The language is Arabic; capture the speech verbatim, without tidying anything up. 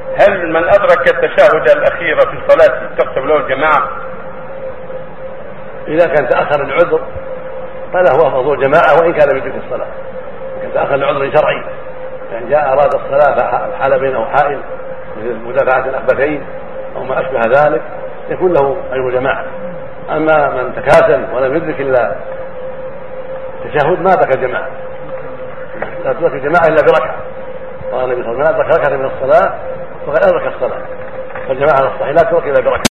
هل من أدرك التشهد الأخير في الصلاة تكتب له الجماعة؟ إذا كان تأخر العذر فله أفضل الجماعة وإن كان بدون الصلاة. إن تأخر العذر شرعي، يعني جاء أراد الصلاة فحال بينه حائل مثل مدافعة الأخبثين أو ما أشبه ذلك يكون له أجر الجماعة. أما من تكاسل ولم يدرك إلا التشهد ما أدرك الجماعة، لا تدرك الجماعة إلا بركعة. قال النبي صلى الله عليه وسلم: من أدرك ركعة من الصلاة فقد أدرك الصلاة. فالجماعة الصحيحة لا تدرك إلا بركعة.